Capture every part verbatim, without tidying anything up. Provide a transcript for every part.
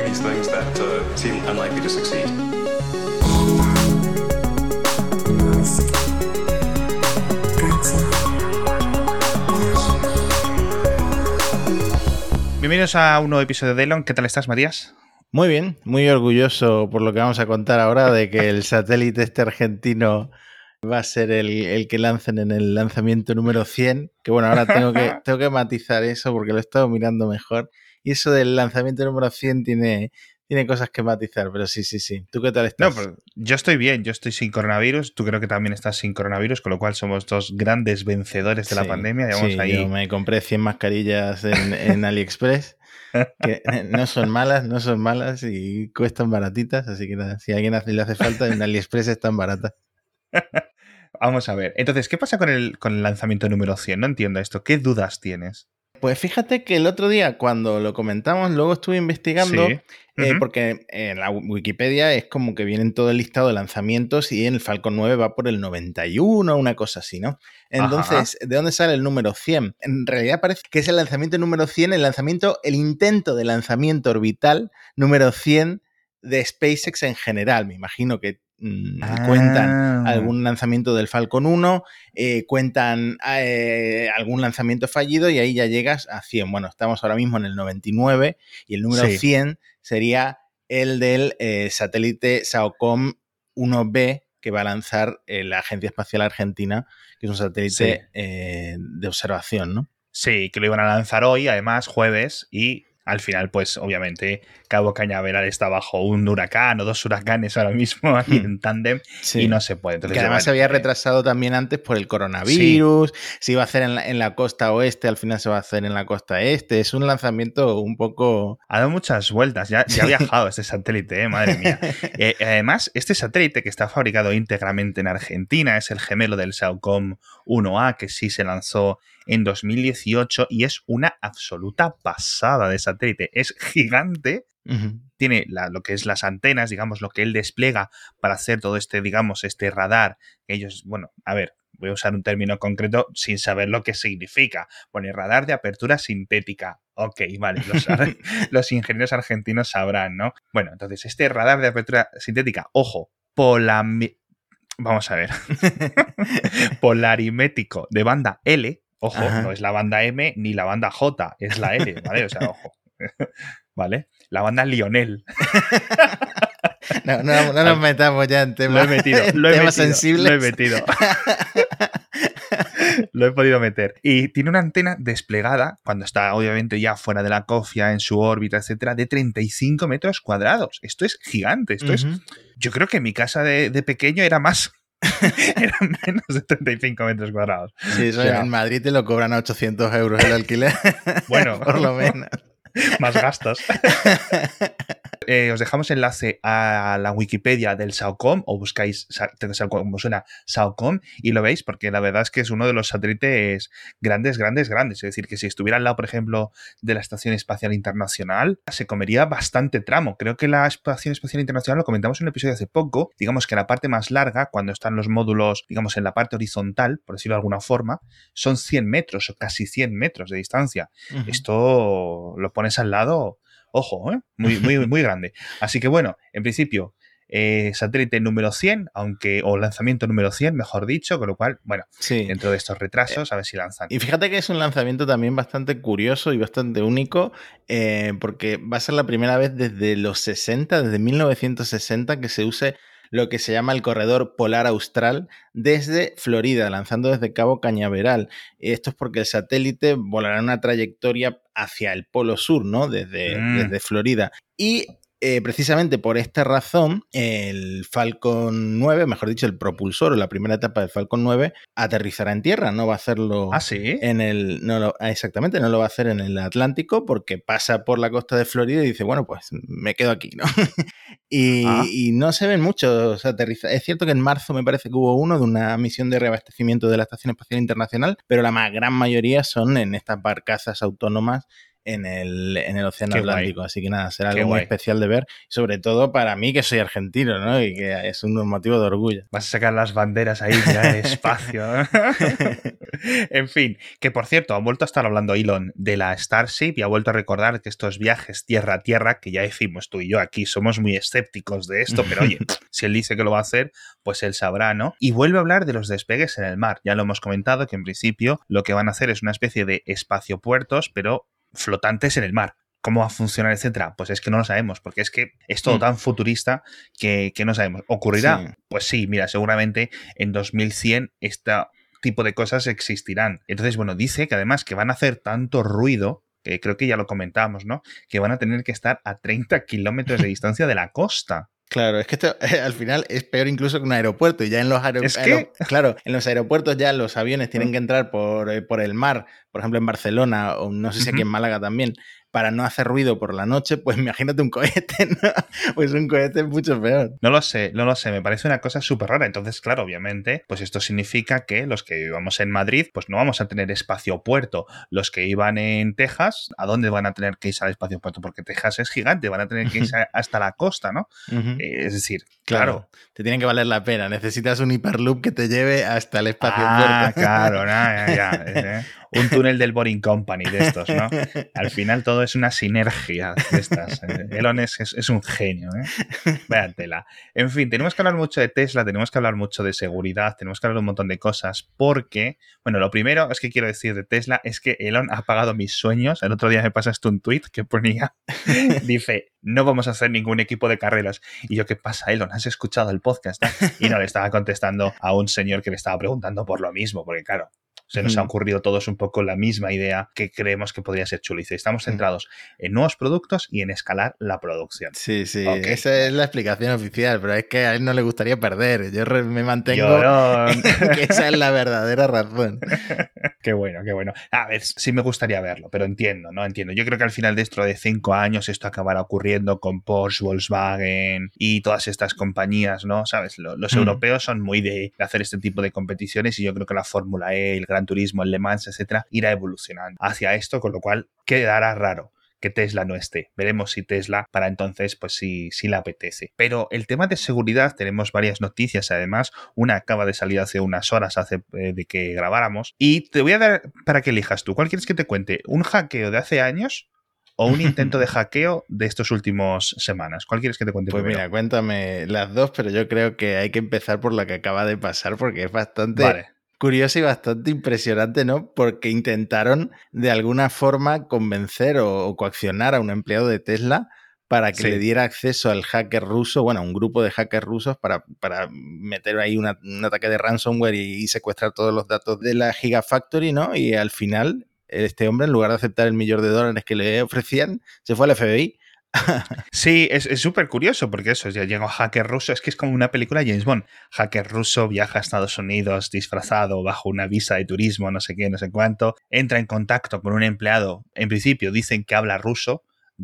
these things that uh, seem unlikely to succeed. Bienvenidos a un nuevo episodio de Elon. ¿Qué tal estás, Matías? Muy bien, muy orgulloso por lo que vamos a contar ahora de que el satélite este argentino va a ser el, el que lancen en el lanzamiento número cien. Que bueno, ahora tengo que, tengo que matizar eso porque lo he estado mirando mejor. Y eso del lanzamiento número cien tiene, tiene cosas que matizar, pero sí, sí, sí. ¿Tú qué tal estás? No, pero yo estoy bien, yo estoy sin coronavirus. Tú creo que también estás sin coronavirus, con lo cual somos dos grandes vencedores de sí, la pandemia. Sí, ahí... yo me compré cien mascarillas en, en AliExpress. Que no son malas, no son malas y cuestan baratitas, así que nada, si a alguien le hace falta, en AliExpress están baratas. Vamos a ver. Entonces, ¿qué pasa con el, con el lanzamiento número cien? No entiendo esto. ¿Qué dudas tienes? Pues fíjate que el otro día, cuando lo comentamos, luego estuve investigando, sí. eh, uh-huh. porque en la Wikipedia es como que vienen todo el listado de lanzamientos y en el Falcon nueve va por el noventa y uno, una cosa así, ¿no? Entonces, Ajá. ¿de dónde sale el número cien? En realidad parece que es el lanzamiento número cien, el lanzamiento, el intento de lanzamiento orbital número cien de SpaceX en general. Me imagino que mmm, ah. cuentan algún lanzamiento del Falcon uno, eh, cuentan eh, algún lanzamiento fallido y ahí ya llegas a cien. Bueno, estamos ahora mismo en el noventa y nueve y el número sí. cien sería el del eh, satélite SAOCOM uno B que va a lanzar eh, la Agencia Espacial Argentina, que es un satélite sí. eh, de observación, ¿no? Sí, que lo iban a lanzar hoy, además, jueves, y al final, pues, obviamente, Cabo Cañaveral está bajo un huracán o dos huracanes ahora mismo aquí hmm. en tándem sí. y no se puede. Entonces, que además bueno, se había eh... retrasado también antes por el coronavirus, sí. se iba a hacer en la, en la costa oeste, al final se va a hacer en la costa este. Es un lanzamiento un poco... Ha dado muchas vueltas, ya, ya ha viajado este satélite, ¿eh? Madre mía. Eh, además, este satélite que está fabricado íntegramente en Argentina es el gemelo del SAOCOM uno A, que sí se lanzó en dos mil dieciocho y es una absoluta pasada de satélite. Es gigante, uh-huh. tiene la, lo que es las antenas, digamos, lo que él despliega para hacer todo este, digamos, este radar. Ellos, bueno, a ver, voy a usar un término concreto sin saber lo que significa. Pone radar de apertura sintética. Ok, vale, los, los ingenieros argentinos sabrán, ¿no? Bueno, entonces, este radar de apertura sintética, ojo, polami... Vamos a ver. polarimétrico de banda L. Ojo, Ajá. no es la banda M ni la banda J, es la L, ¿vale? O sea, ojo. ¿Vale? La banda Lionel. No, no, no nos metamos ya en temas, lo he metido, lo he temas metido, sensibles. Lo he metido. Lo he podido meter. Y tiene una antena desplegada, cuando está obviamente ya fuera de la cofia, en su órbita, etcétera, de treinta y cinco metros cuadrados. Esto es gigante. Esto uh-huh. es. Yo creo que mi casa de, de pequeño era más. Eran menos de treinta y cinco metros cuadrados. Sí, eso o sea, en Madrid te lo cobran a ochocientos euros el alquiler. Bueno, por lo menos. Más gastos. Eh, os dejamos enlace a la Wikipedia del SAOCOM o buscáis como suena SAOCOM y lo veis porque la verdad es que es uno de los satélites grandes, grandes, grandes. Es decir, que si estuviera al lado, por ejemplo, de la Estación Espacial Internacional, se comería bastante tramo. Creo que la Estación Espacial Internacional, lo comentamos en un episodio hace poco, digamos que la parte más larga, cuando están los módulos, digamos, en la parte horizontal, por decirlo de alguna forma, son cien metros o casi cien metros de distancia. Uh-huh. Esto lo pones al lado... Ojo, ¿eh? muy, muy, muy grande. Así que bueno, en principio, eh, satélite número cien, aunque o lanzamiento número cien, mejor dicho, con lo cual, bueno, sí. dentro de estos retrasos, a ver si lanzan. Y fíjate que es un lanzamiento también bastante curioso y bastante único, eh, porque va a ser la primera vez desde los sesenta, desde mil novecientos sesenta, que se use lo que se llama el corredor polar austral desde Florida, lanzando desde Cabo Cañaveral. Esto es porque el satélite volará una trayectoria hacia el polo sur, ¿no? Desde, mm. desde Florida. Y eh, precisamente por esta razón, el Falcon nueve, mejor dicho, el propulsor o la primera etapa del Falcon nueve, aterrizará en tierra, no va a hacerlo ¿Ah, sí? en el... No lo, exactamente, no lo va a hacer en el Atlántico porque pasa por la costa de Florida y dice, bueno, pues me quedo aquí, ¿no? y, ah. y no se ven muchos aterrizajes. Es cierto que en marzo me parece que hubo uno de una misión de reabastecimiento de la Estación Espacial Internacional, pero la más gran mayoría son en estas barcazas autónomas en el, en el Océano Qué Atlántico. guay. Así que nada, será Qué algo muy guay. especial de ver. Sobre todo para mí, que soy argentino, ¿no? Y que es un motivo de orgullo. Vas a sacar las banderas ahí, mirar el espacio. En fin, que por cierto, ha vuelto a estar hablando Elon de la Starship y ha vuelto a recordar que estos viajes tierra a tierra, que ya decimos tú y yo aquí, somos muy escépticos de esto, pero oye, si él dice que lo va a hacer, pues él sabrá, ¿no? Y vuelve a hablar de los despegues en el mar. Ya lo hemos comentado que en principio lo que van a hacer es una especie de espaciopuertos, pero flotantes en el mar. ¿Cómo va a funcionar, etcétera? Pues es que no lo sabemos, porque es que es todo tan futurista que, que no sabemos. ¿Ocurrirá? Sí. Pues sí, mira, seguramente en dos mil cien esta tipo de cosas existirán. Entonces, bueno, dice que además que van a hacer tanto ruido, que creo que ya lo comentamos, ¿no? Que van a tener que estar a treinta kilómetros de distancia de la costa. Claro, es que esto eh, al final es peor incluso que un aeropuerto. Y ya en los aeropuertos. ¿Es que? Claro, en los aeropuertos ya los aviones tienen que entrar por, eh, por el mar, por ejemplo en Barcelona, o no sé si aquí en Málaga también, para no hacer ruido por la noche. Pues imagínate un cohete, ¿no? Pues un cohete es mucho peor. No lo sé, no lo sé, me parece una cosa súper rara. Entonces, claro, obviamente, pues esto significa que los que vivamos en Madrid, pues no vamos a tener espacio-puerto. Los que iban en Texas, ¿a dónde van a tener que irse al espacio-puerto? Porque Texas es gigante, van a tener que irse hasta la costa, ¿no? Uh-huh. Eh, es decir, claro. claro. Te tienen que valer la pena. Necesitas un hiperloop que te lleve hasta el espacio-puerto. Ah, claro, no, ya, ya, eh. Un túnel del Boring Company de estos, ¿no? Al final todo es una sinergia de estas. Elon es, es, es un genio, ¿eh? Véantela. En fin, tenemos que hablar mucho de Tesla, tenemos que hablar mucho de seguridad, tenemos que hablar de un montón de cosas porque, bueno, lo primero es que quiero decir de Tesla es que Elon ha apagado mis sueños. El otro día me pasaste un tweet que ponía, dice, no vamos a hacer ningún equipo de carreras. Y yo, ¿qué pasa, Elon? ¿Has escuchado el podcast? ¿No? Y no, le estaba contestando a un señor que le estaba preguntando por lo mismo, porque claro, se nos ha ocurrido todos un poco la misma idea que creemos que podría ser chula. Y estamos centrados en nuevos productos y en escalar la producción. Sí, sí, okay. Esa es la explicación oficial, pero es que a él no le gustaría perder. Yo me mantengo Llorón. que esa es la verdadera razón. Qué bueno, qué bueno. A ver, sí me gustaría verlo, pero entiendo, ¿no? Entiendo. Yo creo que al final dentro de cinco años esto acabará ocurriendo con Porsche, Volkswagen y todas estas compañías, ¿no? ¿Sabes? Los, los mm. europeos son muy de hacer este tipo de competiciones y yo creo que la Fórmula E, el Gran Turismo, el Le Mans, etcétera, irá evolucionando hacia esto, con lo cual quedará raro que Tesla no esté. Veremos si Tesla para entonces pues sí, sí le apetece. Pero el tema de seguridad, tenemos varias noticias además. Una acaba de salir hace unas horas hace eh, de que grabáramos y te voy a dar para que elijas tú. ¿Cuál quieres que te cuente? ¿Un hackeo de hace años o un intento de hackeo de estos últimos semanas? ¿Cuál quieres que te cuente Pues primero? Mira, cuéntame las dos, pero yo creo que hay que empezar por la que acaba de pasar porque es bastante... Vale. Curioso y bastante impresionante, ¿no? Porque intentaron de alguna forma convencer o, o coaccionar a un empleado de Tesla para que sí. le diera acceso al hacker ruso, bueno, a un grupo de hackers rusos para, para meter ahí una, un ataque de ransomware y, y secuestrar todos los datos de la Gigafactory, ¿no? Y al final, este hombre, en lugar de aceptar el millón de dólares que le ofrecían, se fue al F B I. Sí, es súper curioso porque eso, ya llega un hacker ruso, es que es como una película de James Bond. Hacker ruso viaja a Estados Unidos disfrazado bajo una visa de turismo, no sé qué, no sé cuánto, entra en contacto con un empleado, en principio dicen que habla ruso,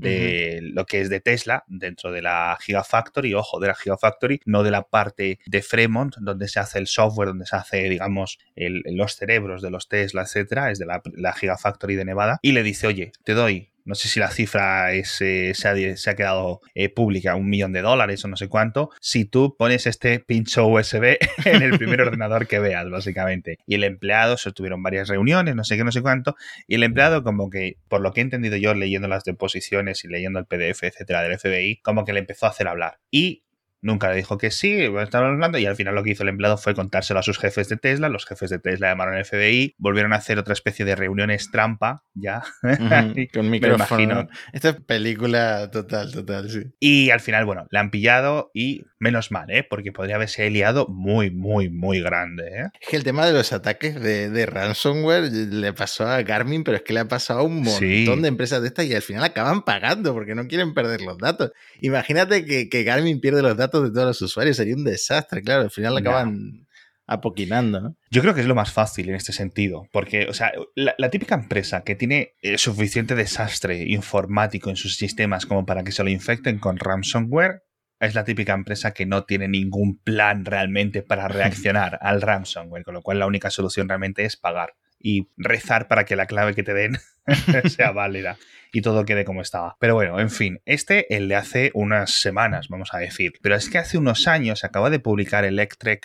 de uh-huh. lo que es de Tesla dentro de la Gigafactory, ojo, de la Gigafactory, no de la parte de Fremont donde se hace el software, donde se hace, digamos, el, los cerebros de los Tesla, etcétera, es de la, la Gigafactory de Nevada, y le dice, oye, te doy, no sé si la cifra es, eh, se, ha, se ha quedado eh, pública, un millón de dólares o no sé cuánto, si tú pones este pincho U S B en el primer ordenador que veas, básicamente. Y el empleado, se tuvieron varias reuniones, no sé qué, no sé cuánto, y el empleado como que, por lo que he entendido yo leyendo las deposiciones y leyendo el P D F, etcétera, del F B I, como que le empezó a hacer hablar. Y nunca le dijo que sí, estaban hablando, y al final lo que hizo el empleado fue contárselo a sus jefes de Tesla. Los jefes de Tesla llamaron al F B I, volvieron a hacer otra especie de reuniones trampa, ya. Uh-huh, con micrófono. Esta es película total, total, sí. Y al final, bueno, le han pillado y menos mal, ¿eh? Porque podría haberse liado muy, muy, muy grande, ¿eh? Es que el tema de los ataques de, de ransomware le pasó a Garmin, pero es que le ha pasado a un montón sí. de empresas de estas y al final acaban pagando porque no quieren perder los datos. Imagínate que, que Garmin pierde los datos de todos los usuarios, sería un desastre, claro, al final acaban no. apoquinando, ¿no? Yo creo que es lo más fácil en este sentido, porque, o sea, la, la típica empresa que tiene eh, suficiente desastre informático en sus sistemas como para que se lo infecten con ransomware, es la típica empresa que no tiene ningún plan realmente para reaccionar al ransomware, con lo cual la única solución realmente es pagar y rezar para que la clave que te den sea válida. y todo quede como estaba. Pero bueno, en fin, este el de hace unas semanas, vamos a decir. Pero es que hace unos años acaba de publicar Electrek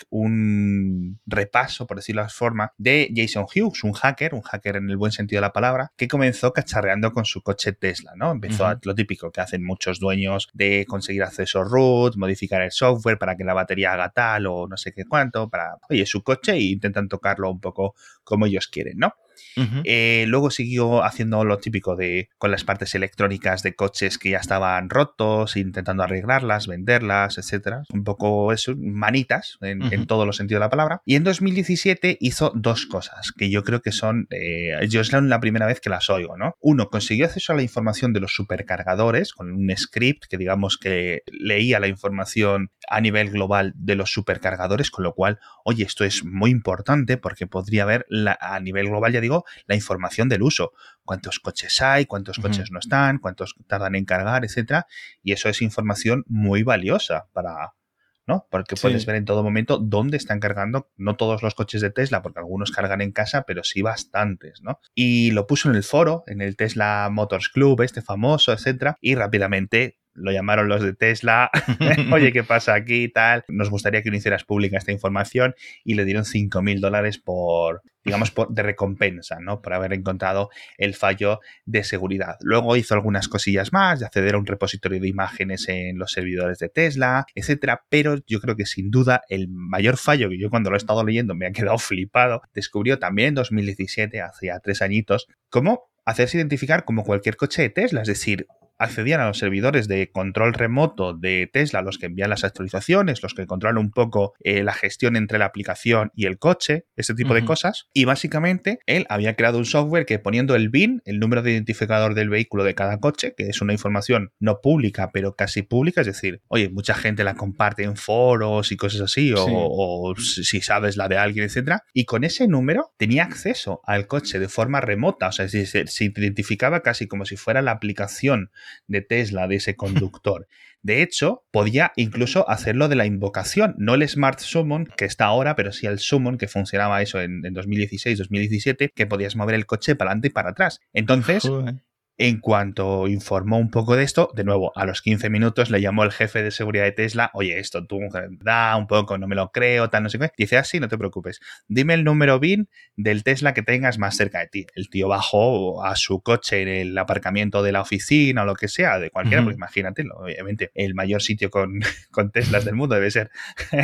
un repaso, por decirlo de forma, de Jason Hughes, un hacker, un hacker en el buen sentido de la palabra, que comenzó cacharreando con su coche Tesla, ¿no? Empezó uh-huh. a lo típico que hacen muchos dueños de conseguir acceso root, modificar el software para que la batería haga tal o no sé qué cuánto, para, oye, su coche e intentan tocarlo un poco como ellos quieren, ¿no? Uh-huh. Eh, luego siguió haciendo lo típico de con las partes electrónicas de coches que ya estaban rotos, intentando arreglarlas, venderlas, etcétera. Un poco eso, manitas en, uh-huh. en todos los sentidos de la palabra. Y en dos mil diecisiete hizo dos cosas que yo creo que son, eh, yo es la primera vez que las oigo, ¿no? Uno, consiguió acceso a la información de los supercargadores con un script que digamos que leía la información a nivel global de los supercargadores, con lo cual, oye, esto es muy importante porque podría haber la, a nivel global, ya digo, la información del uso. Cuántos coches hay, cuántos coches uh-huh. no están, cuántos tardan en cargar, etcétera. Y eso es información muy valiosa para, ¿no? Porque sí. puedes ver en todo momento dónde están cargando, no todos los coches de Tesla, porque algunos cargan en casa, pero sí bastantes, ¿no? Y lo puso en el foro, en el Tesla Motors Club, este famoso, etcétera, y rápidamente lo llamaron los de Tesla, oye, ¿qué pasa aquí y tal? Nos gustaría que no hicieras pública esta información y le dieron cinco mil dólares por, digamos, por, de recompensa, ¿no? Por haber encontrado el fallo de seguridad. Luego hizo algunas cosillas más, de acceder a un repositorio de imágenes en los servidores de Tesla, etcétera, pero yo creo que sin duda el mayor fallo, que yo cuando lo he estado leyendo me ha quedado flipado, descubrió también en dos mil diecisiete, hace ya tres añitos, cómo hacerse identificar como cualquier coche de Tesla, es decir, accedían a los servidores de control remoto de Tesla, los que envían las actualizaciones, los que controlan un poco eh, la gestión entre la aplicación y el coche, ese tipo uh-huh. de cosas. Y básicamente él había creado un software que poniendo el B I N, el número de identificador del vehículo de cada coche, que es una información no pública, pero casi pública, es decir, oye, mucha gente la comparte en foros y cosas así, o, sí. o si sabes la de alguien, etcétera. Y con ese número tenía acceso al coche de forma remota, o sea, se, se identificaba casi como si fuera la aplicación de Tesla, de ese conductor. De hecho, podía incluso hacerlo de la invocación, no el Smart Summon que está ahora, pero sí el Summon que funcionaba eso en, en dos mil dieciséis, dos mil diecisiete, que podías mover el coche para adelante y para atrás. Entonces, Joder. En cuanto informó un poco de esto, de nuevo, a los quince minutos le llamó el jefe de seguridad de Tesla, oye, esto tú da un poco, no me lo creo, tal, no sé qué. Dice, ah, sí, no te preocupes, dime el número B I N del Tesla que tengas más cerca de ti. El tío bajó a su coche en el aparcamiento de la oficina o lo que sea, de cualquiera, uh-huh. porque imagínate, obviamente, el mayor sitio con, con Teslas del mundo debe ser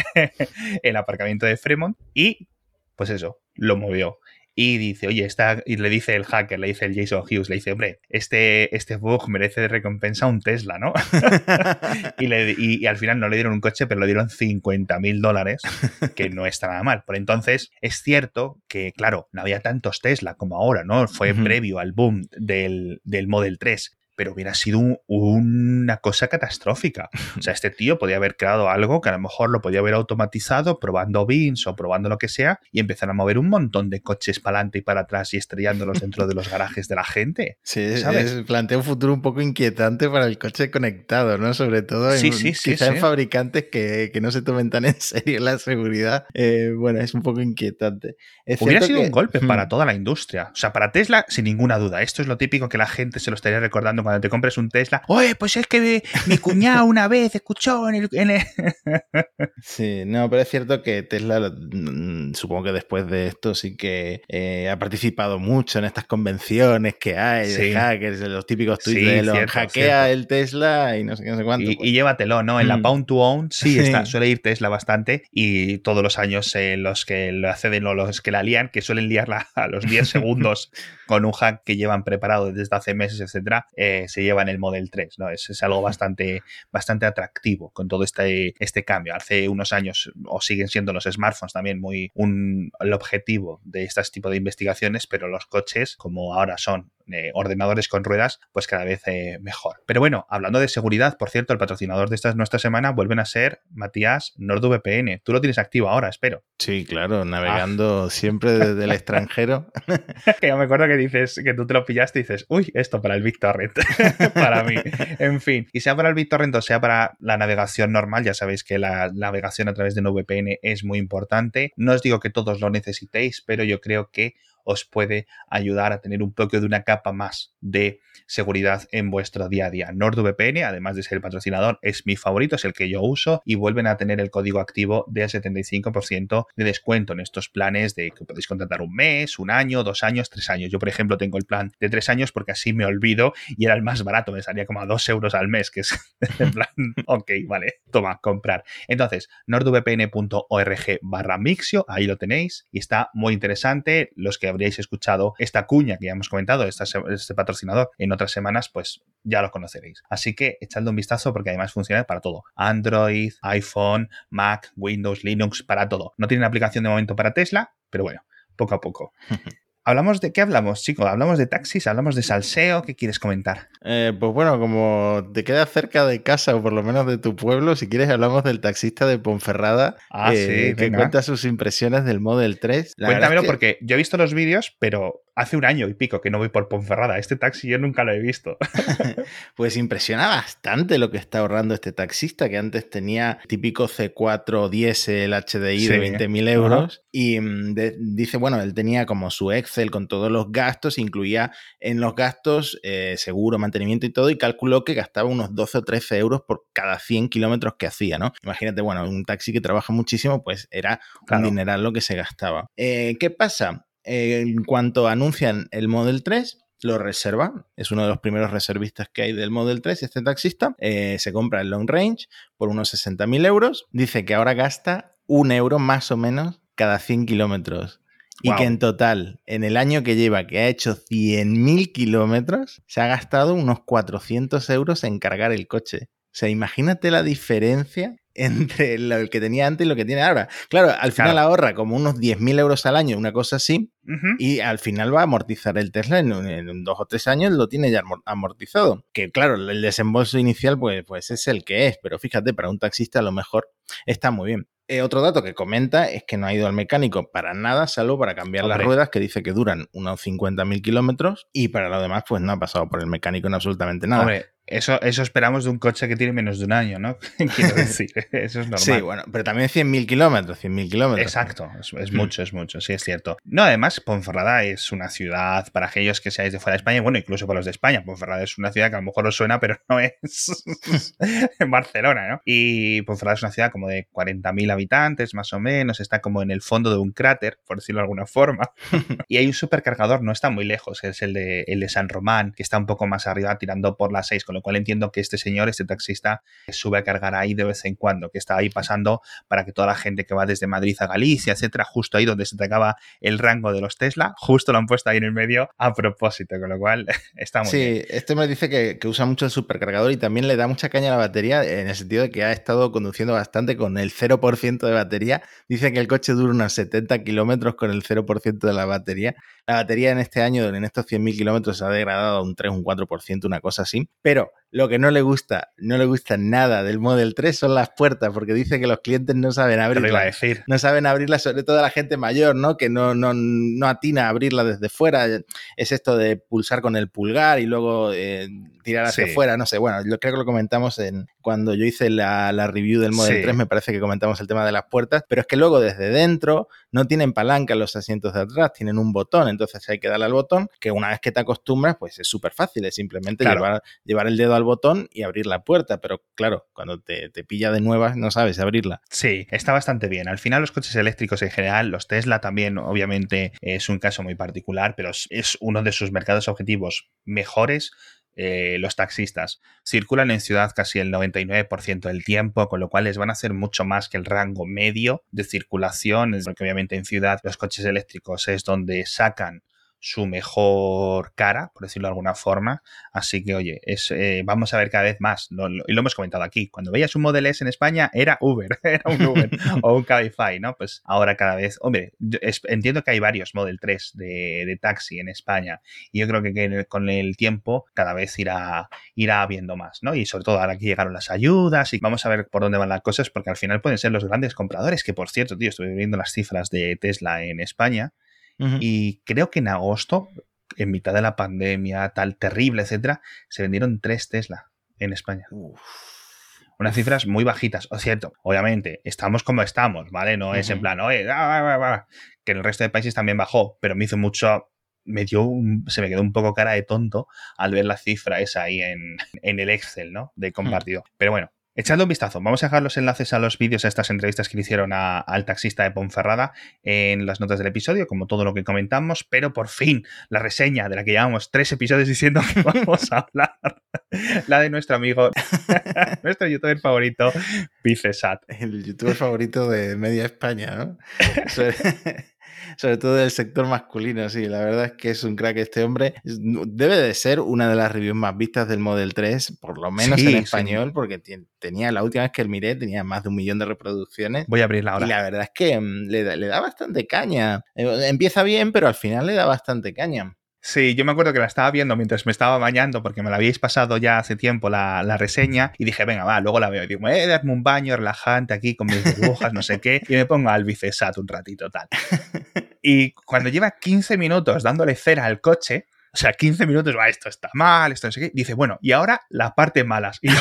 el aparcamiento de Fremont, y pues eso, lo movió. Y dice, oye, está, y le dice el hacker, le dice el Jason Hughes, le dice, hombre, este, este bug merece de recompensa un Tesla, ¿no? y, le, y, y al final no le dieron un coche, pero le dieron cincuenta mil dólares, que no está nada mal. Por entonces, es cierto que, claro, no había tantos Tesla como ahora, ¿no? Fue uh-huh. previo al boom del, del Model tres. Pero hubiera sido un, una cosa catastrófica. O sea, este tío podía haber creado algo que a lo mejor lo podía haber automatizado probando B I Ns o probando lo que sea y empezar a mover un montón de coches para adelante y para atrás y estrellándolos dentro de los garajes de la gente. Sí, ¿sabes? Es, plantea un futuro un poco inquietante para el coche conectado, ¿no? Sobre todo en, sí, sí, sí, quizá sí. en fabricantes que, que no se tomen tan en serio la seguridad. Eh, bueno, es un poco inquietante. Es Hubiera sido que... un golpe hmm. para toda la industria. O sea, para Tesla, sin ninguna duda. Esto es lo típico que la gente se lo estaría recordando cuando te compres un Tesla. Oye, pues es que mi, mi cuñado una vez escuchó en el... En el... Sí, no, pero es cierto que Tesla, supongo que después de esto sí que eh, ha participado mucho en estas convenciones que hay de sí. hackers, de los típicos tweets sí, de los cierto, hackea cierto. el Tesla y no sé qué, no sé cuánto. Y, pues. y llévatelo, ¿no? En mm. la Pound to Own sí, sí. Está, suele ir Tesla bastante y todos los años eh, los que lo acceden o los que la lían, que suelen liarla a los diez segundos con un hack que llevan preparado desde hace meses, etcétera, eh, se llevan el Model tres, ¿no? Es, es algo bastante, bastante atractivo con todo este, este cambio. Hace unos años, o siguen siendo los smartphones también muy un, el objetivo de este tipo de investigaciones, pero los coches, como ahora son eh, ordenadores con ruedas, pues cada vez eh, mejor. Pero bueno, hablando de seguridad, por cierto, el patrocinador de esta nuestra semana vuelven a ser, Matías, NordVPN. Tú lo tienes activo ahora, espero. Sí, claro, navegando ah. siempre desde el extranjero. Que yo me acuerdo que dices que tú te lo pillaste y dices, uy, esto para el BitTorrent, para mí. En fin, y sea para el BitTorrent o sea para la navegación normal, ya sabéis que la navegación a través de NordVPN es muy importante. No os digo que todos lo necesitéis, pero yo creo que os puede ayudar a tener un poco de una capa más de seguridad en vuestro día a día. NordVPN, además de ser el patrocinador, es mi favorito, es el que yo uso y vuelven a tener el código activo del setenta y cinco por ciento de descuento en estos planes de que podéis contratar un mes, un año, dos años, tres años. Yo, por ejemplo, tengo el plan de tres años porque así me olvido y era el más barato, me salía como a dos euros al mes, que es en plan, ok, vale, toma, comprar. Entonces, nordvpn.org barra Mixio, ahí lo tenéis y está muy interesante. Los que habríais escuchado esta cuña que ya hemos comentado, esta, este patrocinador en otras semanas, pues ya lo conoceréis. Así que echadle un vistazo porque además funciona para todo. Android, iPhone, Mac, Windows, Linux, para todo. No tienen aplicación de momento para Tesla, pero bueno, poco a poco. ¿Hablamos de qué hablamos, chicos? ¿Hablamos de taxis? ¿Hablamos de salseo? ¿Qué quieres comentar? Eh, pues bueno, como te quedas cerca de casa o por lo menos de tu pueblo, si quieres hablamos del taxista de Ponferrada ah, eh, sí, que venga. cuenta sus impresiones del Model tres. La Cuéntamelo es que... porque yo he visto los vídeos, pero hace un año y pico que no voy por Ponferrada. Este taxi yo nunca lo he visto. Pues impresiona bastante lo que está ahorrando este taxista, que antes tenía típico C cuatro diésel H D I sí. de veinte mil euros. Uh-huh. Y de, dice, bueno, él tenía como su Excel con todos los gastos, incluía en los gastos eh, seguro, mantenimiento y todo, y calculó que gastaba unos doce o trece euros por cada cien kilómetros que hacía, ¿no? Imagínate, bueno, un taxi que trabaja muchísimo, pues era claro. un dineral lo que se gastaba. Eh, ¿Qué pasa? Eh, en cuanto anuncian el Model tres, lo reserva, es uno de los primeros reservistas que hay del Model tres, este taxista, eh, se compra el Long Range por unos sesenta mil euros, dice que ahora gasta un euro más o menos cada cien kilómetros. Y wow. que en total, en el año que lleva, que ha hecho cien mil kilómetros, se ha gastado unos cuatrocientos euros en cargar el coche. O sea, imagínate la diferencia entre lo que tenía antes y lo que tiene ahora. Claro, al final claro. ahorra como unos diez mil euros al año, una cosa así, uh-huh. y al final va a amortizar el Tesla en, en dos o tres años, lo tiene ya amortizado. Que claro, el desembolso inicial pues, pues es el que es, pero fíjate, para un taxista a lo mejor está muy bien. Eh, otro dato que comenta es que no ha ido al mecánico para nada, salvo para cambiar Hombre. las ruedas, que dice que duran unos cincuenta mil kilómetros, y para lo demás pues no ha pasado por el mecánico en absolutamente nada. Hombre. Eso, eso esperamos de un coche que tiene menos de un año, ¿no? Quiero decir, eso es normal. Sí, bueno, pero también cien mil kilómetros, cien mil kilómetros. Exacto, es, es mm. mucho, es mucho, sí, es cierto. No, además, Ponferrada es una ciudad, para aquellos que seáis de fuera de España, bueno, incluso para los de España, Ponferrada es una ciudad que a lo mejor os suena, pero no es en Barcelona, ¿no? Y Ponferrada es una ciudad como de cuarenta mil habitantes, más o menos, está como en el fondo de un cráter, por decirlo de alguna forma. Y hay un supercargador, no está muy lejos, es el de, el de San Román, que está un poco más arriba, tirando por las seis, con lo cual entiendo que este señor, este taxista, sube a cargar ahí de vez en cuando, que está ahí pasando para que toda la gente que va desde Madrid a Galicia, etcétera, justo ahí donde se te acaba el rango de los Tesla, justo lo han puesto ahí en el medio a propósito, con lo cual está muy sí, bien. Sí, este me dice que, que usa mucho el supercargador y también le da mucha caña a la batería, en el sentido de que ha estado conduciendo bastante con el cero por ciento de batería. Dice que el coche dura unos setenta kilómetros con el cero por ciento de la batería. La batería en este año, en estos cien mil kilómetros, se ha degradado a un tres, un cuatro por ciento, una cosa así. Pero lo que no le gusta, no le gusta nada del Model tres son las puertas, porque dice que los clientes no saben abrirlas. Te lo iba a decir. No saben abrirlas, sobre todo la gente mayor, ¿no? Que no, no, no atina a abrirla desde fuera. Es esto de pulsar con el pulgar y luego eh, tirar hacia afuera, sí. no sé. Bueno, yo creo que lo comentamos en cuando yo hice la, la review del Model sí. tres, me parece que comentamos el tema de las puertas, pero es que luego desde dentro no tienen palanca los asientos de atrás, tienen un botón, entonces hay que darle al botón, que una vez que te acostumbras, pues es súper fácil, es simplemente claro. llevar, llevar el dedo al botón y abrir la puerta, pero claro, cuando te, te pilla de nuevas no sabes abrirla. Sí, está bastante bien. Al final los coches eléctricos en general, los Tesla también obviamente es un caso muy particular, pero es uno de sus mercados objetivos mejores. Eh, los taxistas circulan en ciudad casi el noventa y nueve por ciento del tiempo, con lo cual les van a hacer mucho más que el rango medio de circulación, porque obviamente en ciudad los coches eléctricos es donde sacan su mejor cara, por decirlo de alguna forma. Así que, oye, es, eh, vamos a ver cada vez más. Lo, lo, y lo hemos comentado aquí. Cuando veías un Model S en España, era Uber. Era un Uber o un Cabify, ¿no? Pues ahora cada vez... Hombre, yo es, entiendo que hay varios Model tres de, de taxi en España. Y yo creo que, que con el tiempo cada vez irá, irá habiendo más, ¿no? Y sobre todo ahora que llegaron las ayudas y vamos a ver por dónde van las cosas, porque al final pueden ser los grandes compradores. Que, por cierto, tío, estuve viendo las cifras de Tesla en España. Uh-huh. Y creo que en agosto, en mitad de la pandemia, tal terrible, etcétera, se vendieron tres Tesla en España. Uf. Unas cifras muy bajitas. O cierto, obviamente, estamos como estamos, ¿vale? No uh-huh. es en plan, oye, ah, ah, ah, ah, que en el resto de países también bajó, pero me hizo mucho... me dio un, se me quedó un poco cara de tonto al ver la cifra esa ahí en, en el Excel, ¿no? De compartido. Hmm. Pero bueno, echadle un vistazo. Vamos a dejar los enlaces a los vídeos, a estas entrevistas que le hicieron a, al taxista de Ponferrada en las notas del episodio, como todo lo que comentamos, pero por fin la reseña de la que llevamos tres episodios diciendo que vamos a hablar, la de nuestro amigo, nuestro youtuber favorito, Vicesat. El youtuber favorito de media España, ¿no? Sobre, sobre todo del sector masculino, sí. La verdad es que es un crack este hombre. Debe de ser una de las reviews más vistas del Model tres, por lo menos sí, en español, sí. Porque t- tenía, la última vez que miré, tenía más de un millón de reproducciones. Voy a abrirla ahora. Y la verdad es que um, le, le da bastante caña. Empieza bien, pero al final le da bastante caña. Sí, yo me acuerdo que la estaba viendo mientras me estaba bañando porque me la habíais pasado ya hace tiempo la, la reseña y dije, venga, va, luego la veo. Y digo, eh, darme un baño relajante aquí con mis burbujas, no sé qué, y me pongo al Vicesat un ratito, tal. Y cuando lleva quince minutos dándole cera al coche, o sea, quince minutos, va, esto está mal, esto no sé qué, dice, bueno, y ahora la parte malas. Y yo,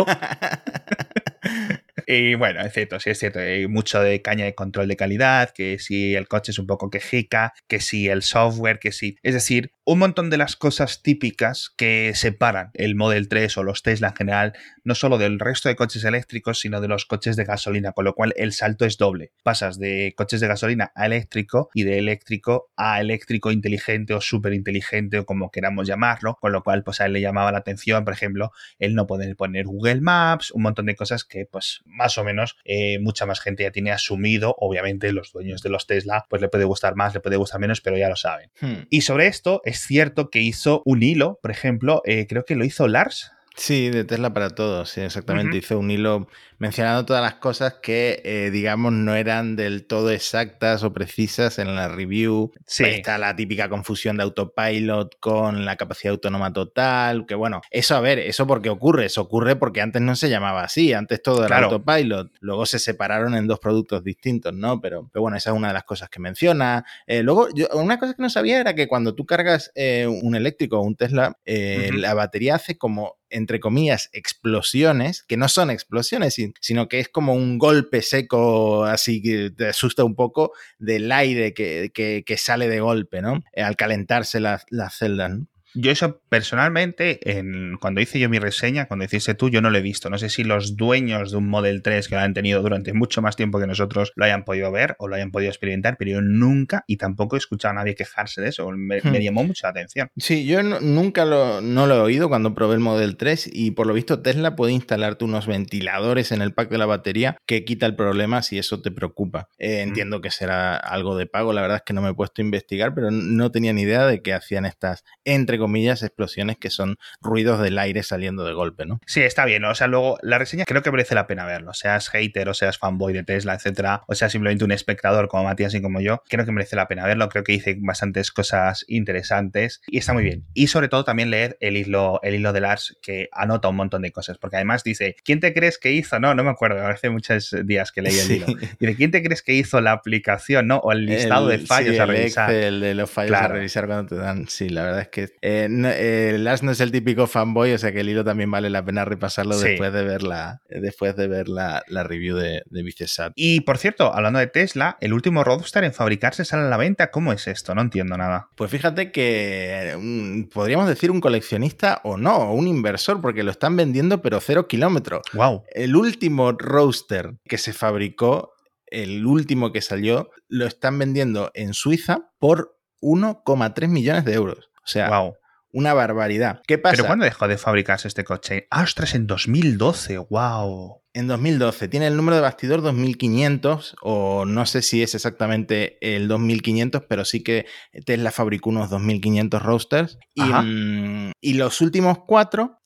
Y bueno, es cierto, sí es cierto, hay mucho de caña de control de calidad, que si el coche es un poco quejica, que si el software, que si... Es decir, un montón de las cosas típicas que separan el Model tres o los Tesla en general, no solo del resto de coches eléctricos, sino de los coches de gasolina, con lo cual el salto es doble. Pasas de coches de gasolina a eléctrico y de eléctrico a eléctrico inteligente o súper inteligente o como queramos llamarlo, con lo cual pues a él le llamaba la atención, por ejemplo, el no poder poner Google Maps, un montón de cosas que pues más o menos eh, mucha más gente ya tiene asumido. Obviamente los dueños de los Tesla pues le puede gustar más, le puede gustar menos, pero ya lo saben. Hmm. Y sobre esto es cierto que hizo un hilo, por ejemplo, eh, creo que lo hizo Lars. Sí, de Tesla para todos, sí, exactamente. Uh-huh. Hizo un hilo mencionando todas las cosas que, eh, digamos, no eran del todo exactas o precisas en la review. Sí. Está la típica confusión de autopilot con la capacidad autónoma total, que bueno, eso a ver, eso porque ocurre, eso ocurre porque antes no se llamaba así, antes todo era claro. autopilot, luego se separaron en dos productos distintos, ¿no? Pero, pero bueno, esa es una de las cosas que menciona. Eh, luego, yo, una cosa que no sabía era que cuando tú cargas eh, un eléctrico o un Tesla, eh, uh-huh. la batería hace como, entre comillas, explosiones, que no son explosiones, sino que es como un golpe seco, así que te asusta un poco, del aire que, que, que sale de golpe, ¿no? Al calentarse las la celdas, ¿no? Yo eso personalmente, en, cuando hice yo mi reseña, cuando hiciste tú, yo no lo he visto. No sé si los dueños de un Model tres que lo han tenido durante mucho más tiempo que nosotros lo hayan podido ver o lo hayan podido experimentar, pero yo nunca y tampoco he escuchado a nadie quejarse de eso. Me, hmm. me llamó mucha atención. Sí, yo no, nunca lo, no lo he oído cuando probé el Model tres y por lo visto Tesla puede instalarte unos ventiladores en el pack de la batería que quita el problema si eso te preocupa. Eh, hmm. Entiendo que será algo de pago, la verdad es que no me he puesto a investigar, pero no tenía ni idea de que hacían estas, entre comillas, explosiones que son ruidos del aire saliendo de golpe, ¿no? Sí, está bien, ¿no? O sea, luego la reseña creo que merece la pena verlo, seas hater o seas fanboy de Tesla, etcétera, o seas simplemente un espectador como Matías y como yo, creo que merece la pena verlo, creo que dice bastantes cosas interesantes y está muy bien. Y sobre todo también leer el hilo, el hilo de Lars, que anota un montón de cosas, porque además dice, ¿quién te crees que hizo? No, no me acuerdo, hace muchos días que leí el sí. hilo. Dice, ¿quién te crees que hizo la aplicación, no? O el listado el, de fallos sí, a el revisar. Excel de los fallos claro. a revisar cuando te dan. Sí, la verdad es que eh, no, eh, Lars no es el típico fanboy, o sea que el hilo también vale la pena repasarlo sí. después de ver la, después de ver la, la review de, de Vicesat. Y por cierto, hablando de Tesla, el último Roadster en fabricarse sale a la venta. ¿Cómo es esto? No entiendo nada. Pues fíjate que um, podríamos decir un coleccionista o no, o un inversor, porque lo están vendiendo pero cero kilómetros. Wow. El último Roadster que se fabricó, el último que salió, lo están vendiendo en Suiza por uno coma tres millones de euros. O sea, wow. Una barbaridad. ¿Qué pasa? ¿Pero cuándo dejó de fabricarse este coche? ¡Ah, ostras! En dos mil doce. ¡Wow! En dos mil doce. Tiene el número de bastidor dos mil quinientos, o no sé si es exactamente el dos mil quinientos, pero sí que Tesla fabricó unos dos mil quinientos Roadsters. Y, mmm, y los últimos cuatro,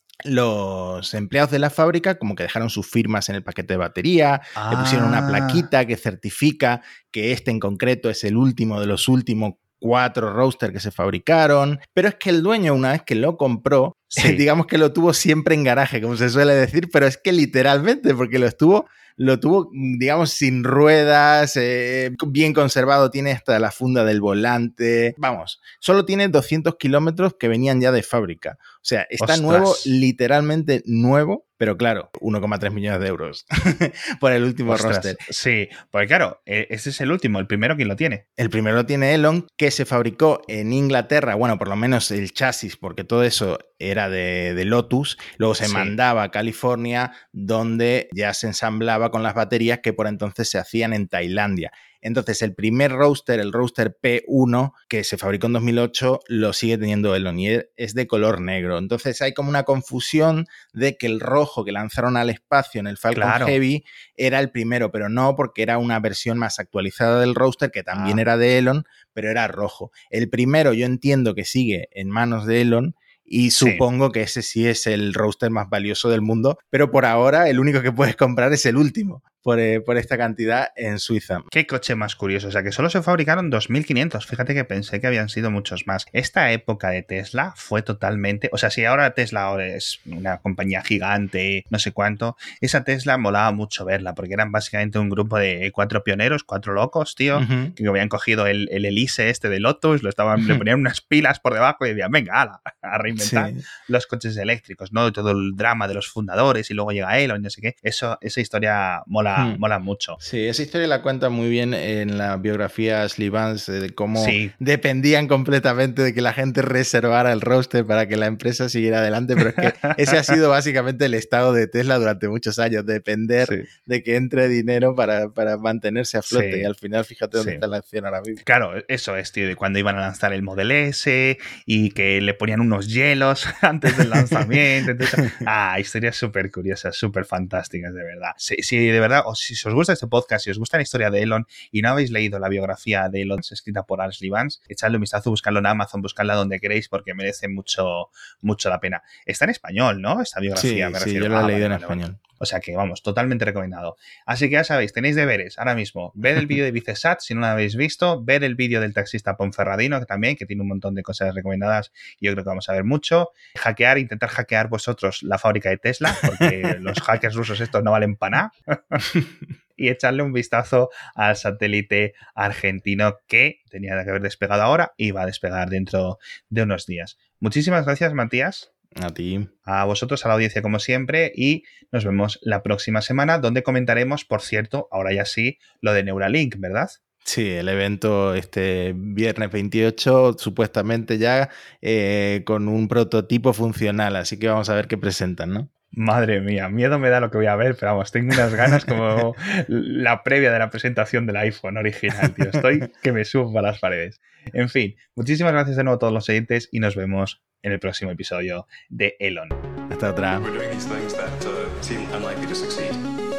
los empleados de la fábrica como que dejaron sus firmas en el paquete de batería, ah. le pusieron una plaquita que certifica que este en concreto es el último de los últimos cuatro Roadster que se fabricaron, pero es que el dueño, una vez que lo compró, sí. eh, digamos que lo tuvo siempre en garaje, como se suele decir, pero es que literalmente, porque lo estuvo, lo tuvo, digamos, sin ruedas, eh, bien conservado, tiene hasta la funda del volante, vamos, solo tiene doscientos kilómetros que venían ya de fábrica, o sea, está Ostras. nuevo, literalmente nuevo, pero claro, uno coma tres millones de euros por el último Ostras, roster. Sí, porque claro, este es el último, el primero quien lo tiene. El primero lo tiene Elon, que se fabricó en Inglaterra, bueno, por lo menos el chasis, porque todo eso era de, de Lotus, luego se Sí. mandaba a California, donde ya se ensamblaba con las baterías que por entonces se hacían en Tailandia. Entonces, el primer roadster, el roadster P uno, que se fabricó en dos mil ocho, lo sigue teniendo Elon y es de color negro. Entonces, hay como una confusión de que el rojo que lanzaron al espacio en el Falcon Claro. Heavy era el primero, pero no, porque era una versión más actualizada del roadster, que también Ah. era de Elon, pero era rojo. El primero yo entiendo que sigue en manos de Elon, y supongo sí. que ese sí es el roadster más valioso del mundo, pero por ahora el único que puedes comprar es el último por, eh, por esta cantidad en Suiza. Qué coche más curioso, o sea que solo se fabricaron dos mil quinientos, fíjate que pensé que habían sido muchos más. Esta época de Tesla fue totalmente, o sea, si ahora Tesla ahora es una compañía gigante, no sé cuánto, esa Tesla molaba mucho verla, porque eran básicamente un grupo de cuatro pioneros, cuatro locos, tío, uh-huh. que habían cogido el, el Elise este de Lotus, lo estaban, uh-huh. le ponían unas pilas por debajo y decían, venga, ala, a reinventar sí. los coches eléctricos, ¿no? Todo el drama de los fundadores y luego llega Elon, no sé qué. Eso, esa historia mola, hmm. mola mucho. Sí, esa historia la cuenta muy bien en la biografía Ashley Vance, de cómo sí. dependían completamente de que la gente reservara el roster para que la empresa siguiera adelante, pero es que ese ha sido básicamente el estado de Tesla durante muchos años, depender sí. de que entre dinero para, para mantenerse a flote, sí. y al final fíjate dónde sí. está la acción ahora mismo. Claro, eso es, tío, de cuando iban a lanzar el Model S y que le ponían unos hielos antes del lanzamiento. Entonces, ah, historias súper curiosas, súper fantásticas, de verdad. Si, si de verdad, o si, si os gusta este podcast, si os gusta la historia de Elon y no habéis leído la biografía de Elon escrita por Ashley Vance, echadle un vistazo, buscadlo en Amazon, buscadla donde queréis porque merece mucho, mucho la pena. Está en español, ¿no? Esta biografía, sí, me sí, refiero. yo la he ah, leído vale, en vale, español. Vale. O sea que, vamos, totalmente recomendado. Así que ya sabéis, tenéis deberes ahora mismo. Ver el vídeo de Vicesat, si no lo habéis visto. Ver el vídeo del taxista Ponferradino, que también, que tiene un montón de cosas recomendadas y yo creo que vamos a ver mucho. Hackear, intentar hackear vosotros la fábrica de Tesla, porque los hackers rusos estos no valen para nada. Y echarle un vistazo al satélite argentino que tenía que haber despegado ahora y va a despegar dentro de unos días. Muchísimas gracias, Matías. A ti. A vosotros, a la audiencia como siempre, y nos vemos la próxima semana donde comentaremos, por cierto, ahora ya sí, lo de Neuralink, ¿verdad? Sí, el evento este viernes veintiocho, supuestamente ya eh, con un prototipo funcional, así que vamos a ver qué presentan, ¿no? Madre mía, miedo me da lo que voy a ver, pero vamos, tengo unas ganas como la previa de la presentación del iPhone original, tío. Estoy que me subo a las paredes. En fin, muchísimas gracias de nuevo a todos los oyentes y nos vemos en el próximo episodio de Elon. Hasta otra. We're doing these things that uh, seem unlikely to succeed.